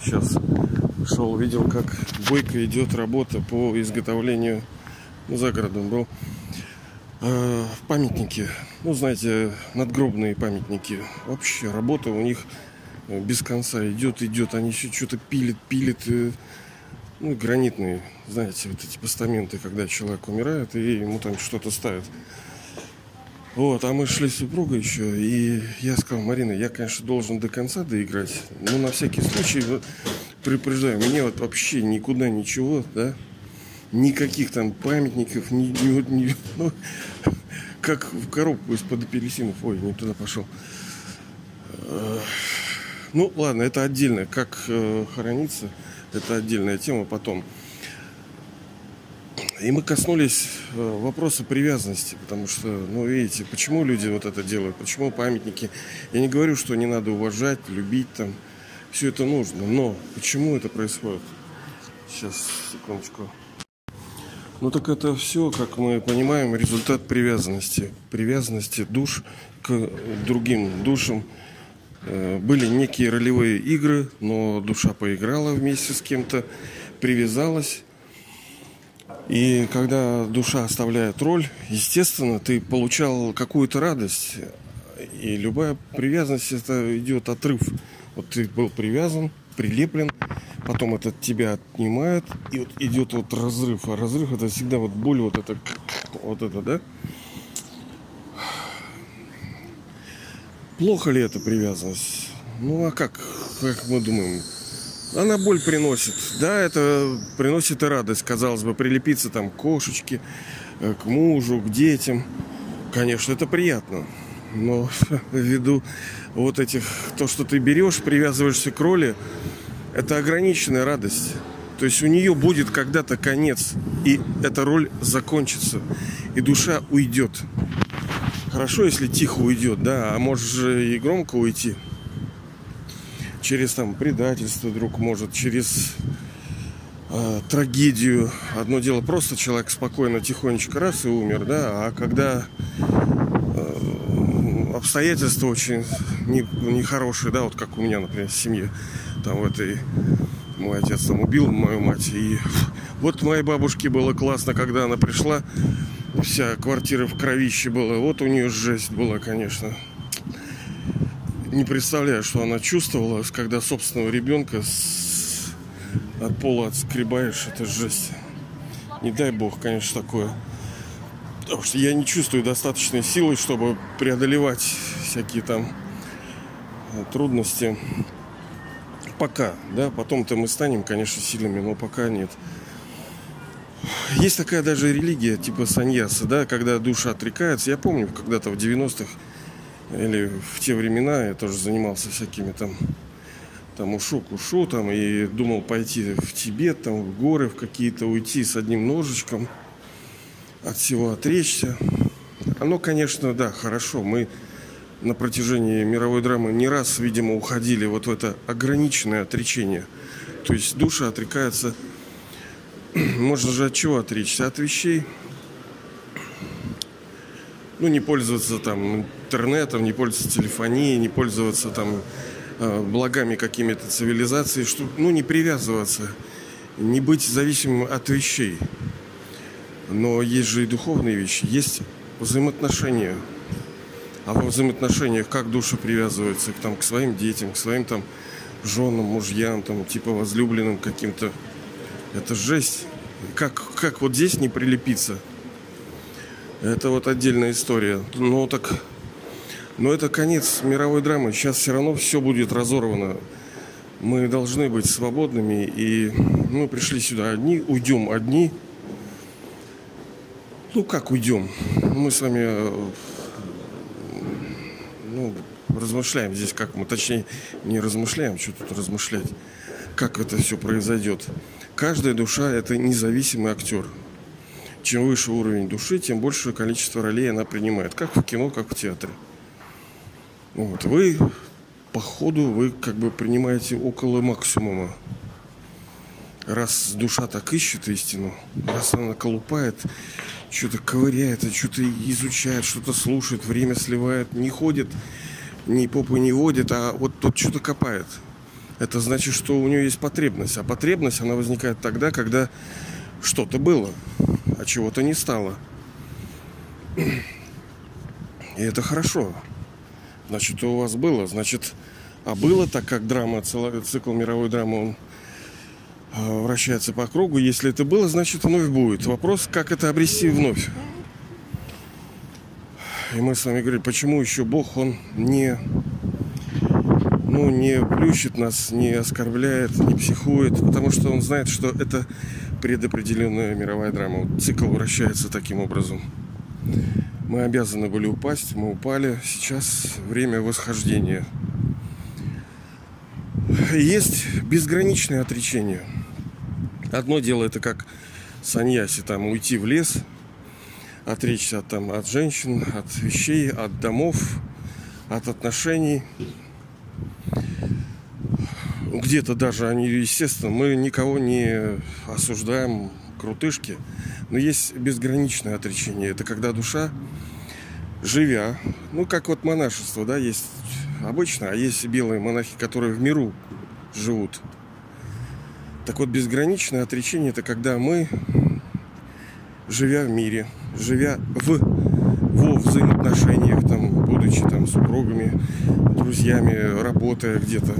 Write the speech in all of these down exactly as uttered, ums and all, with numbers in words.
сейчас шел, видел, как бойко идет работа по изготовлению, ну, за городом был, э, памятники, ну, знаете, надгробные памятники. Вообще работа у них без конца идет, идет, они еще что-то пилят, пилят, э, ну, гранитные, знаете, вот эти постаменты, когда человек умирает и ему там что-то ставят. Вот, а мы шли с супругой еще, и я сказал: Марина, я, конечно, должен до конца доиграть, но на всякий случай вот, предупреждаю, мне вот вообще никуда ничего, да, никаких там памятников, ни, ни, ни, ну, как в коробку из-под апельсинов. Ой, не туда пошел. Ну, ладно, это отдельно, как э, хорониться, это отдельная тема потом. И мы коснулись э, вопроса привязанности, потому что, ну, видите, почему люди вот это делают, почему памятники. Я не говорю, что не надо уважать, любить там, все это нужно, но почему это происходит? Сейчас, секундочку. Ну, так это все, как мы понимаем, результат привязанности. Привязанности душ к другим душам. Э, были некие ролевые игры, но душа поиграла вместе с кем-то, привязалась. И когда душа оставляет роль, естественно, ты получал какую-то радость. И любая привязанность — это идет отрыв. Вот ты был привязан, прилеплен, потом это от тебя отнимает, и вот идет вот разрыв. А разрыв — это всегда вот боль, вот это, вот это, да? Плохо ли эта привязанность? Ну, а как, как мы думаем? Она боль приносит. Да, это приносит и радость, казалось бы, прилепиться там к кошечке, к мужу, к детям. Конечно, это приятно. Но ввиду вот этих, то, что ты берешь, привязываешься к роли, это ограниченная радость. То есть у нее будет когда-то конец, и эта роль закончится, и душа уйдет. Хорошо, если тихо уйдет, да, а может же и громко уйти. Через там предательство вдруг, может, через э, трагедию. Одно дело, просто человек спокойно, тихонечко раз и умер, да, а когда э, обстоятельства очень нехорошие, да, вот как у меня, например, в семье, там в этой, мой отец там убил мою мать, и вот моей бабушке было классно, когда она пришла, вся квартира в кровище была, вот у нее жесть была, конечно. Не представляю, что она чувствовала, когда собственного ребенка с... от пола отскребаешь. Это жесть. Не дай бог, конечно, такое. Потому что я не чувствую достаточной силы, чтобы преодолевать всякие там трудности. Пока, да, потом-то мы станем, конечно, сильными, но пока нет. Есть такая даже религия, типа саньяса, да, когда душа отрекается. Я помню, когда-то в девяностых или в те времена я тоже занимался всякими там, там ушу, кушу, там, и думал пойти в Тибет, там, в горы, в какие-то, уйти с одним ножичком, от всего отречься. Оно, конечно, да, хорошо. Мы на протяжении мировой драмы не раз, видимо, уходили вот в это ограниченное отречение. То есть душа отрекается. Можно же от чего отречься? От вещей. Ну, не пользоваться там интернетом, не пользоваться телефонией, не пользоваться там благами какими-то цивилизации, что, ну, не привязываться, не быть зависимым от вещей. Но есть же и духовные вещи, есть взаимоотношения. А во взаимоотношениях как душа привязывается там, к своим детям, к своим там женам, мужьям, там, типа возлюбленным каким-то. Это жесть. Как, как вот здесь не прилепиться? Это вот отдельная история. Ну так, но это конец мировой драмы. Сейчас все равно все будет разорвано. Мы должны быть свободными. И мы пришли сюда одни, уйдем одни. Ну как уйдем? Мы с вами, ну, размышляем здесь, как мы, точнее, не размышляем, что тут размышлять, как это все произойдет. Каждая душа — это независимый актер. Чем выше уровень души, тем большее количество ролей она принимает. Как в кино, как в театре. Вот. Вы, по ходу, вы как бы принимаете около максимума. Раз душа так ищет истину, раз она колупает, что-то ковыряет, что-то изучает, что-то слушает, время сливает, не ходит, ни попы не водит, а вот тут что-то копает. это значит, что у нее есть потребность. А потребность, она возникает тогда, когда что-то было, а чего-то не стало. И это хорошо. Значит, у вас было. Значит, а было так, как драма, цикл мировой драмы, он вращается по кругу. Если это было, значит, вновь будет. Вопрос, как это обрести вновь. И мы с вами говорили, почему еще Бог, он не, ну, не плющит нас, не оскорбляет, не психует. Потому что он знает, что это предопределенная мировая драма. Вот цикл вращается таким образом. Мы обязаны были упасть, мы упали. Сейчас время восхождения. Есть безграничное отречение. Одно дело, это как саньяси, там уйти в лес, отречься там, от женщин, от вещей, от домов, от отношений. Где-то даже они, естественно, мы никого не осуждаем, крутышки. Но есть безграничное отречение. Это когда душа, живя, ну как вот монашество, да, есть обычно, а есть белые монахи, которые в миру живут. Так вот, безграничное отречение — это когда мы, живя в мире, живя в, во взаимоотношениях, там, будучи там супругами, друзьями, работая где-то,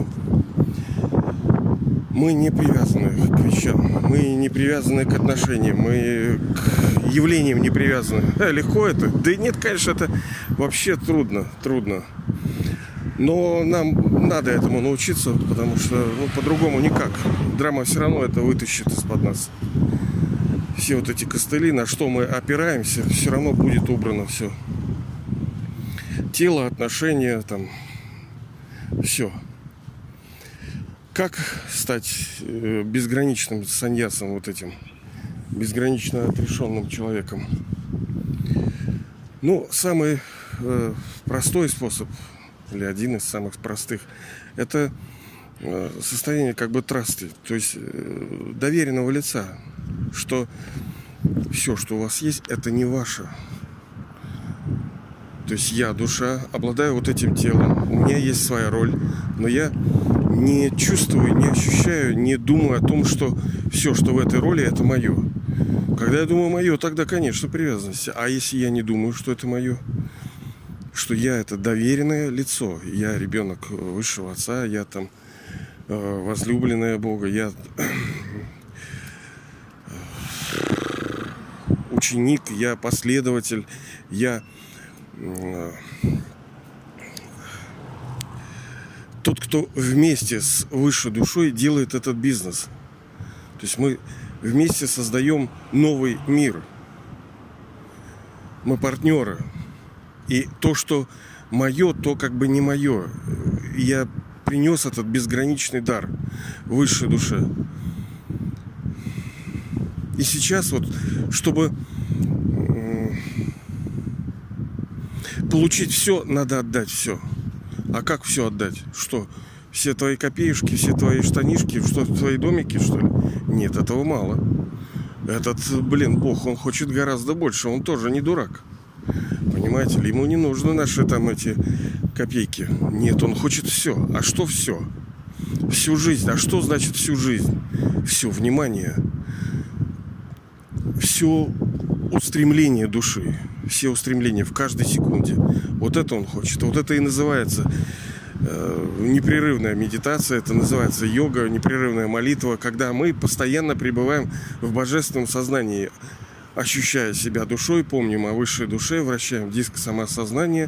мы не привязаны к вещам, мы не привязаны к отношениям, мы к явлениям не привязаны. А, легко это? Да нет, конечно, это вообще трудно, трудно. Но нам надо этому научиться, потому что ну, по-другому никак. Драма все равно это вытащит из-под нас. Все вот эти костыли, на что мы опираемся, все равно будет убрано все. Тело, отношения, там, все. Как стать э, безграничным саньясом, вот этим, безгранично отрешенным человеком? Ну, самый э, простой способ, или один из самых простых, это э, состояние как бы трасты, то есть э, доверенного лица, что все, что у вас есть, это не ваше. То есть я, душа, обладаю вот этим телом, у меня есть своя роль, но я не чувствую, не ощущаю, не думаю о том, что все, что в этой роли, это мое. Когда я думаю мое, тогда, конечно, привязанность. А если я не думаю, что это мое, что я это доверенное лицо, я ребенок высшего отца, я там возлюбленная Бога, я ученик, я последователь, я тот, кто вместе с высшей душой делает этот бизнес. То есть мы вместе создаем новый мир. Мы партнеры. И то, что мое, то как бы не мое. Я принес этот безграничный дар высшей душе. И сейчас вот, чтобы получить все, надо отдать все. А как все отдать? Что? Все твои копеюшки, все твои штанишки, что, твои домики, что ли? Нет, этого мало. Этот, блин, Бог, он хочет гораздо больше. Он тоже не дурак. Понимаете ли? Ему не нужны наши там эти копейки. Нет, он хочет все. А что все? Всю жизнь. А что значит всю жизнь? Все, внимание. Все устремление души. Все устремления в каждой секунде. Вот это он хочет. Вот это и называется э, непрерывная медитация. Это называется йога, непрерывная молитва. Когда мы постоянно пребываем в божественном сознании, ощущая себя душой, помним о высшей душе, вращаем диск самосознания.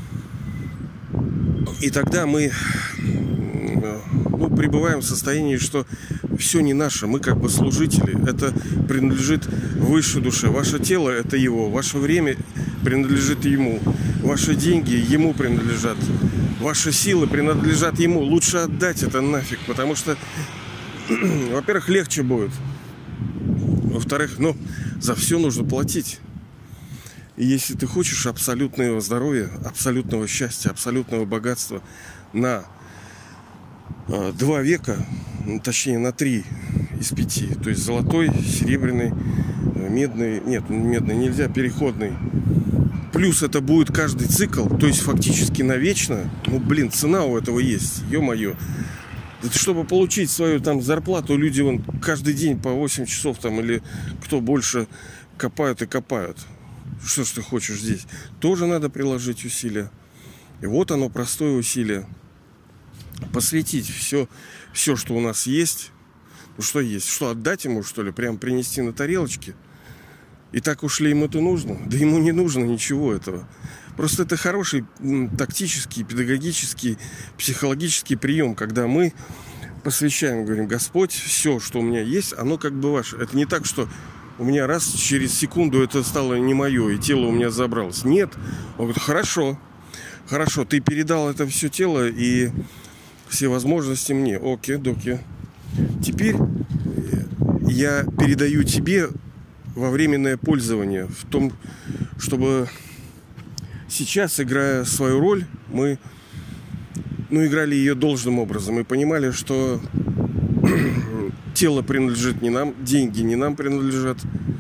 И тогда мы ну, пребываем в состоянии, что все не наше, мы как бы служители. Это принадлежит высшей душе. Ваше тело — это его. Ваше время принадлежит ему. Ваши деньги ему принадлежат. Ваши силы принадлежат ему. Лучше отдать это нафиг, потому что, во-первых, легче будет. Во-вторых, ну, за все нужно платить. И если ты хочешь абсолютного здоровья, абсолютного счастья, абсолютного богатства на э, два века, точнее на три из пяти, то есть золотой, серебряный, медный, нет, медный нельзя, переходный, плюс это будет каждый цикл, то есть фактически навечно, ну блин, цена у этого есть, ё-моё. Чтобы получить свою там зарплату, люди вон каждый день по восемь часов там или кто больше копают и копают. Что ж ты хочешь здесь? Тоже надо приложить усилия. И вот оно, простое усилие. Посвятить все, все, что у нас есть. Ну что есть? Что, отдать ему, что ли? Прям принести на тарелочке? И так уж ли ему это нужно? Да ему не нужно ничего этого. Просто это хороший тактический, педагогический, психологический прием, когда мы посвящаем, говорим: Господь, все, что у меня есть, оно как бы ваше. Это не так, что у меня раз через секунду это стало не мое, и тело у меня забралось. Нет. Он говорит: хорошо, хорошо, ты передал это все тело и все возможности мне. Окей, доки. Теперь я передаю тебе во временное пользование, в том, чтобы сейчас, играя свою роль, мы ну, играли ее должным образом и понимали, что тело принадлежит не нам, деньги не нам принадлежат.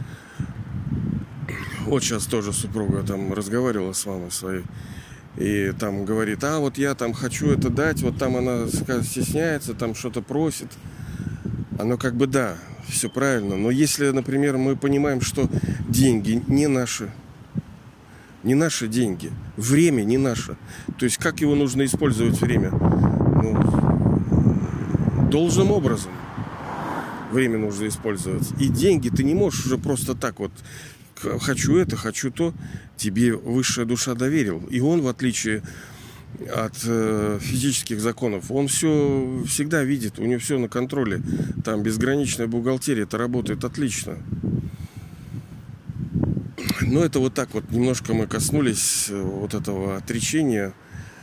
Вот сейчас тоже супруга там разговаривала с мамой своей, и там говорит: а вот я там хочу это дать, вот там она стесняется, там что-то просит. Оно как бы да, все правильно. Но если, например, мы понимаем, что деньги не наши, не наши деньги, время не наше, то есть как его нужно использовать время? Ну, должным образом время нужно использовать. И деньги ты не можешь уже просто так вот: хочу это, хочу то. Тебе высшая душа доверил. И он, в отличие от э, физических законов, он все всегда видит, у него все на контроле. Там безграничная бухгалтерия, это работает отлично. Но это вот так вот немножко мы коснулись вот этого отречения.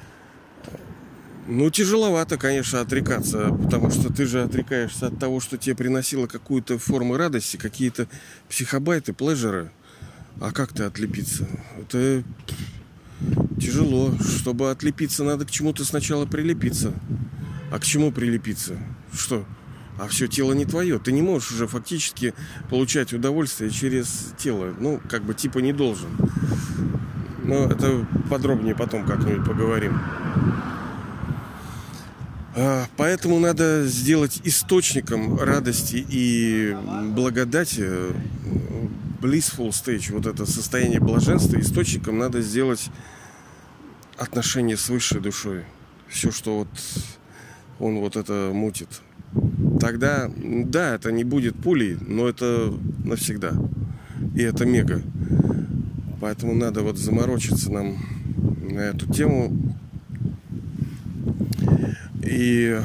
Ну, тяжеловато, конечно, отрекаться, потому что ты же отрекаешься от того, что тебе приносило какую-то форму радости, какие-то психобайты, плежеры. А как ты отлепиться? Это тяжело. Чтобы отлепиться, надо к чему-то сначала прилепиться. А к чему прилепиться? Что? А все тело не твое. Ты не можешь уже фактически получать удовольствие через тело. Ну, как бы типа не должен. Но это подробнее потом как-нибудь поговорим. Поэтому надо сделать источником радости и благодати, blissful stage, вот это состояние блаженства, источником надо сделать отношения с высшей душой. Все, что вот он вот это мутит. Тогда, да, это не будет пулей, но это навсегда. И это мега. Поэтому надо вот заморочиться нам на эту тему. И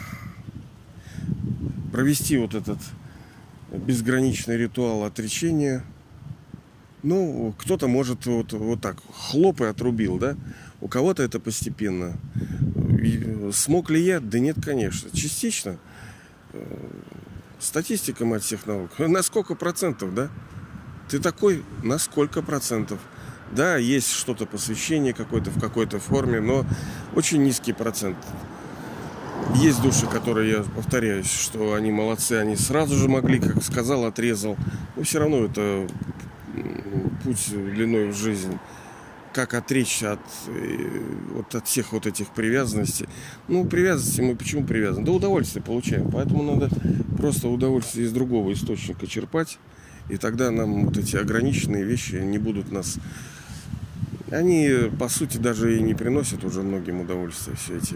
провести вот этот безграничный ритуал отречения. Ну, кто-то может вот, вот так, хлоп и отрубил, да? У кого-то это постепенно. И смог ли я? Да нет, конечно. Частично. Статистика, мать всех наук. На сколько процентов, да? Ты такой, на сколько процентов? Да, есть что-то посвящение какое-то в какой-то форме, но очень низкий процент. Есть души, которые, я повторяюсь, что они молодцы, они сразу же могли, как сказал, отрезал. Но все равно это путь длиной в жизнь. Как отречься от, вот, от всех вот этих привязанностей. Ну, привязанности мы почему привязаны? Да удовольствие получаем. Поэтому надо просто удовольствие из другого источника черпать. И тогда нам вот эти ограниченные вещи не будут нас... Они, по сути, даже и не приносят уже многим удовольствия, все эти...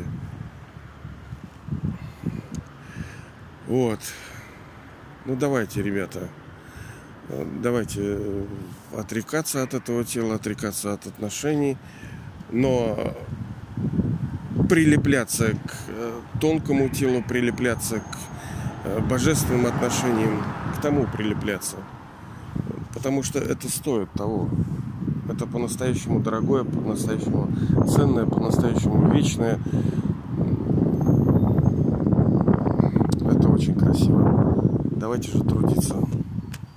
Вот. Ну, давайте, ребята, давайте отрекаться от этого тела, отрекаться от отношений, но прилепляться к тонкому телу, прилепляться к божественным отношениям, к тому прилепляться. Потому что это стоит того. Это по-настоящему дорогое, по-настоящему ценное, по-настоящему вечное. Это очень красиво. Давайте же трудиться.